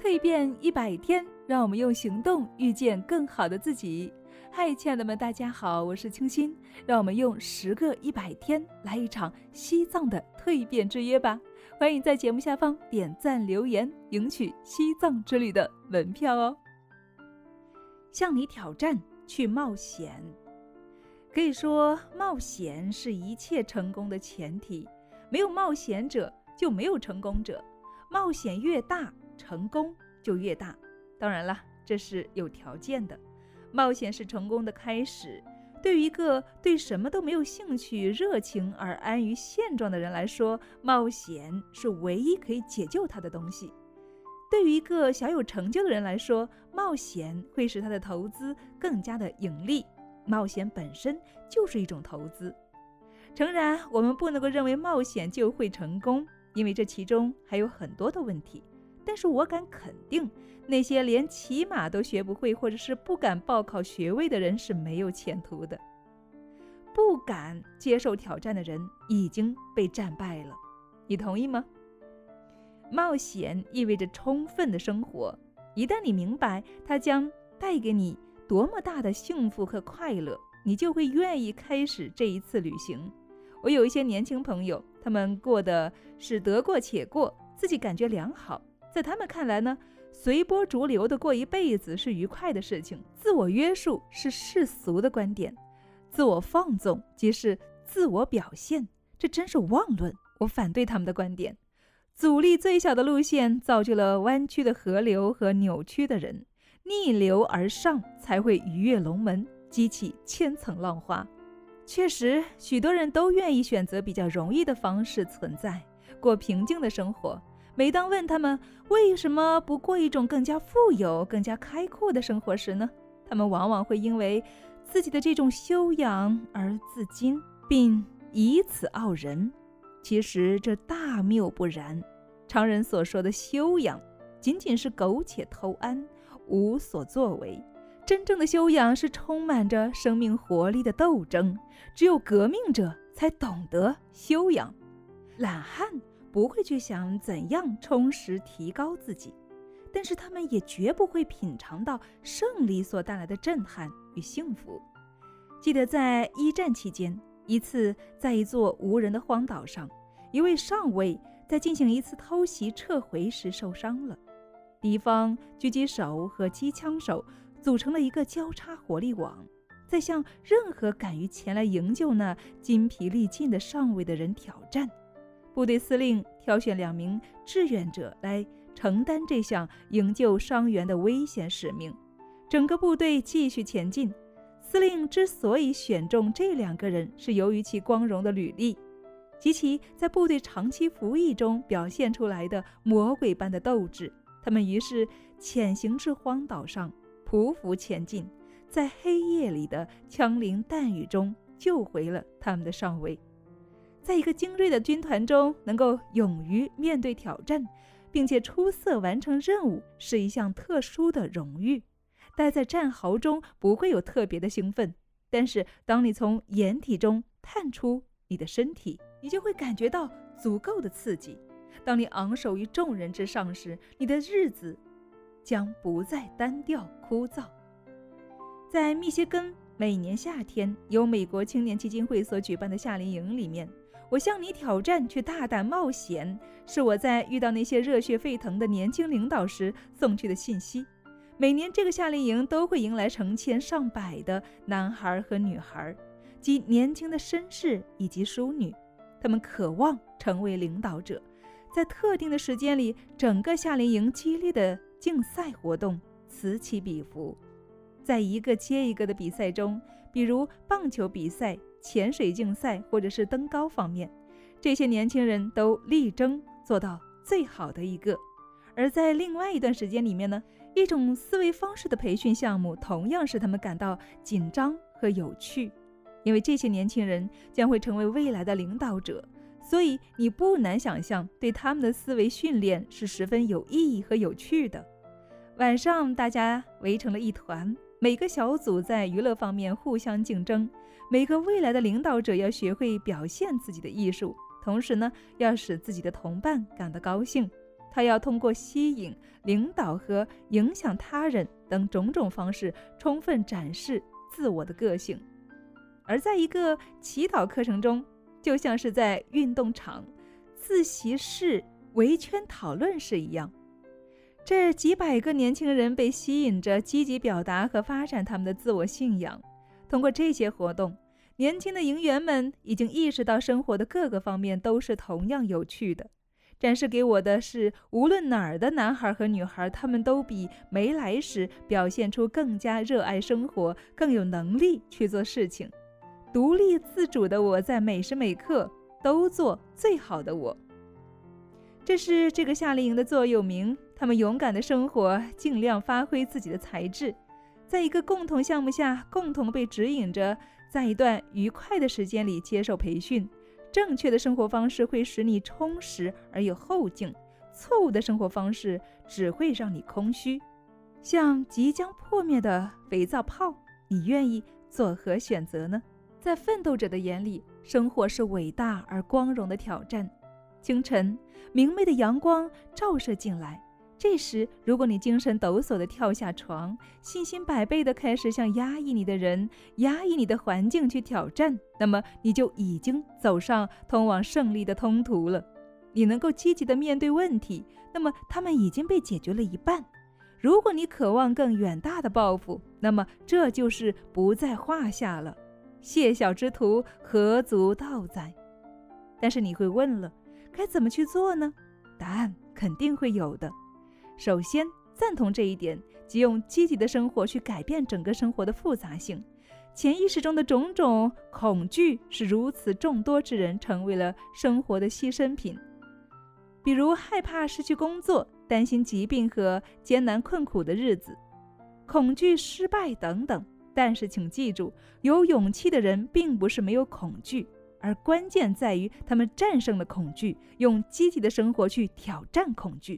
蜕变100天，让我们用行动遇见更好的自己。嗨，亲爱的们，大家好，我是清新，让我们用10个100天来一场西藏的蜕变之约吧。欢迎在节目下方点赞留言，赢取西藏之旅的门票哦。向你挑战，去冒险。可以说，冒险是一切成功的前提，没有冒险者就没有成功者，冒险越大，成功就越大。当然了，这是有条件的。冒险是成功的开始。对于一个对什么都没有兴趣、热情而安于现状的人来说，冒险是唯一可以解救他的东西。对于一个小有成就的人来说，冒险会使他的投资更加的盈利。冒险本身就是一种投资。诚然，我们不能够认为冒险就会成功，因为这其中还有很多的问题。但是我敢肯定，那些连骑马都学不会，或者是不敢报考学位的人是没有前途的。不敢接受挑战的人已经被战败了，你同意吗？冒险意味着充分的生活，一旦你明白它将带给你多么大的幸福和快乐，你就会愿意开始这一次旅行。我有一些年轻朋友，他们过的是得过且过，自己感觉良好。在他们看来呢，随波逐流的过一辈子是愉快的事情，自我约束是世俗的观点，自我放纵即是自我表现，这真是妄论，我反对他们的观点。阻力最小的路线造就了弯曲的河流和扭曲的人，逆流而上才会鱼跃龙门，激起千层浪花。确实，许多人都愿意选择比较容易的方式存在，过平静的生活。每当问他们为什么不过一种更加富有、更加开阔的生活时呢，他们往往会因为自己的这种修养而自矜，并以此傲人。其实这大谬不然，常人所说的修养仅仅是苟且偷安，无所作为。真正的修养是充满着生命活力的斗争，只有革命者才懂得修养。懒汉不会去想怎样充实提高自己，但是他们也绝不会品尝到胜利所带来的震撼与幸福。记得在1战期间，一次在一座无人的荒岛上，一位上尉在进行一次偷袭撤回时受伤了。敌方狙击手和机枪手组成了一个交叉火力网，在向任何敢于前来营救那筋疲力尽的上尉的人挑战。部队司令挑选2名志愿者来承担这项营救伤员的危险使命。整个部队继续前进。司令之所以选中这2个人，是由于其光荣的履历及其在部队长期服役中表现出来的魔鬼般的斗志。他们于是潜行至荒岛上，匍匐前进，在黑夜里的枪林弹雨中救回了他们的上尉。在一个精锐的军团中，能够勇于面对挑战，并且出色完成任务，是一项特殊的荣誉。待在战壕中不会有特别的兴奋，但是当你从掩体中探出你的身体，你就会感觉到足够的刺激。当你昂首于众人之上时，你的日子将不再单调枯燥。在密歇根每年夏天由美国青年基金会所举办的夏令营里面，我向你挑战，去大胆冒险，是我在遇到那些热血沸腾的年轻领导时送去的信息。每年这个夏令营都会迎来成千上百的男孩和女孩，即年轻的绅士以及淑女，他们渴望成为领导者。在特定的时间里，整个夏令营激烈的竞赛活动此起彼伏。在一个接一个的比赛中，比如棒球比赛、潜水竞赛或者是登高方面，这些年轻人都力争做到最好的一个。而在另外一段时间里面呢，一种思维方式的培训项目同样使他们感到紧张和有趣，因为这些年轻人将会成为未来的领导者，所以你不难想象对他们的思维训练是十分有意义和有趣的。晚上大家围成了一团，每个小组在娱乐方面互相竞争，每个未来的领导者要学会表现自己的艺术，同时呢，要使自己的同伴感到高兴。 他要通过吸引、领导和影响他人等种种方式充分展示自我的个性。而在一个祈祷课程中，就像是在运动场、自习室、围圈讨论室一样，这几百个年轻人被吸引着积极表达和发展他们的自我信仰。通过这些活动，年轻的营员们已经意识到生活的各个方面都是同样有趣的。展示给我的是，无论哪儿的男孩和女孩，他们都比没来时表现出更加热爱生活，更有能力去做事情。独立自主的我，在每时每刻都做最好的我。这是这个夏令营的座右铭。他们勇敢的生活，尽量发挥自己的才智，在一个共同项目下，共同被指引着，在一段愉快的时间里接受培训。正确的生活方式会使你充实而有后劲，错误的生活方式只会让你空虚，像即将破灭的肥皂泡。你愿意作何选择呢？在奋斗者的眼里，生活是伟大而光荣的挑战。清晨，明媚的阳光照射进来，这时如果你精神抖擞地跳下床，信心百倍地开始向压抑你的人、压抑你的环境去挑战，那么你就已经走上通往胜利的通途了。你能够积极地面对问题，那么他们已经被解决了一半。如果你渴望更远大的抱负，那么这就是不在话下了。谢小之徒，何足道哉？但是你会问了，该怎么去做呢？答案肯定会有的。首先，赞同这一点，即用积极的生活去改变整个生活的复杂性。潜意识中的种种恐惧，是如此众多之人成为了生活的牺牲品。比如害怕失去工作，担心疾病和艰难困苦的日子，恐惧失败等等。但是请记住，有勇气的人并不是没有恐惧，而关键在于他们战胜了恐惧，用积极的生活去挑战恐惧。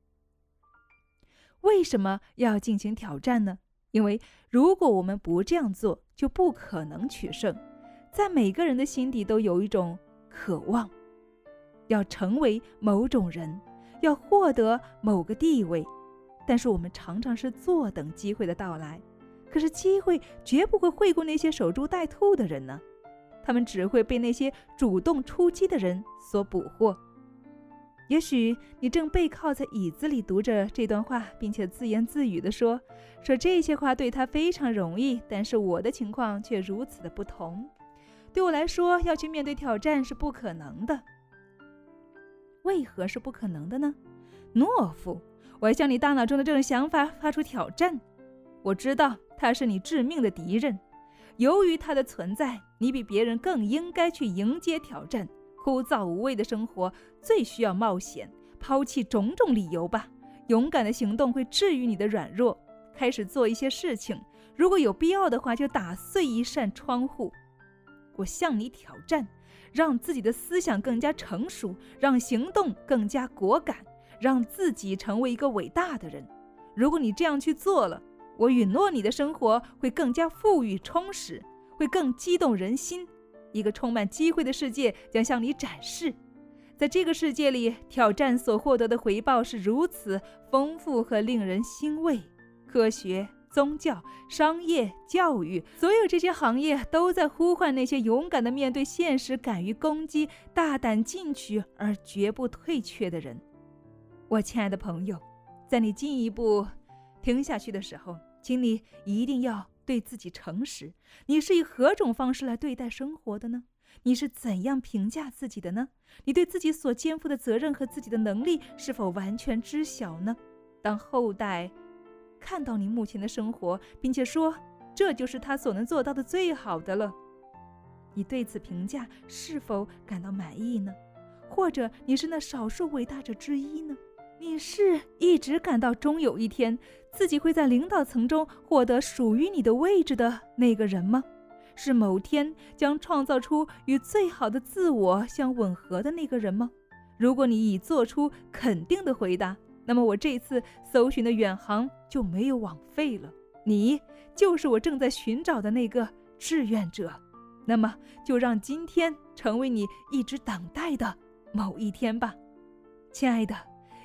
为什么要进行挑战呢？因为如果我们不这样做，就不可能取胜。在每个人的心底都有一种渴望，要成为某种人，要获得某个地位，但是我们常常是坐等机会的到来。可是机会绝不会惠顾那些守株待兔的人呢，他们只会被那些主动出击的人所捕获。也许你正背靠在椅子里读着这段话，并且自言自语地说这些话对他非常容易，但是我的情况却如此的不同。对我来说，要去面对挑战是不可能的。为何是不可能的呢？懦夫，我要向你大脑中的这种想法发出挑战。我知道他是你致命的敌人，由于他的存在，你比别人更应该去迎接挑战。枯燥无味的生活最需要冒险，抛弃种种理由吧。勇敢的行动会治愈你的软弱，开始做一些事情，如果有必要的话，就打碎一扇窗户。我向你挑战，让自己的思想更加成熟，让行动更加果敢，让自己成为一个伟大的人。如果你这样去做了，我允诺你的生活会更加富裕充实，会更激动人心。一个充满机会的世界将向你展示。在这个世界里，挑战所获得的回报是如此丰富和令人欣慰。科学、宗教、商业、教育，所有这些行业都在呼唤那些勇敢地面对现实、敢于攻击、大胆进取而绝不退却的人。我亲爱的朋友，在你进一步停下去的时候，请你一定要对自己诚实。你是以何种方式来对待生活的呢？你是怎样评价自己的呢？你对自己所肩负的责任和自己的能力是否完全知晓呢？当后代看到你目前的生活，并且说这就是他所能做到的最好的了，你对此评价是否感到满意呢？或者你是那少数伟大者之一呢？你是一直感到终有一天自己会在领导层中获得属于你的位置的那个人吗？是某天将创造出与最好的自我相吻合的那个人吗？如果你已做出肯定的回答，那么我这次搜寻的远航就没有枉费了。你就是我正在寻找的那个志愿者。那么就让今天成为你一直等待的某一天吧。亲爱的，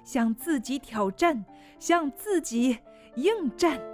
向自己挑战，向自己应战。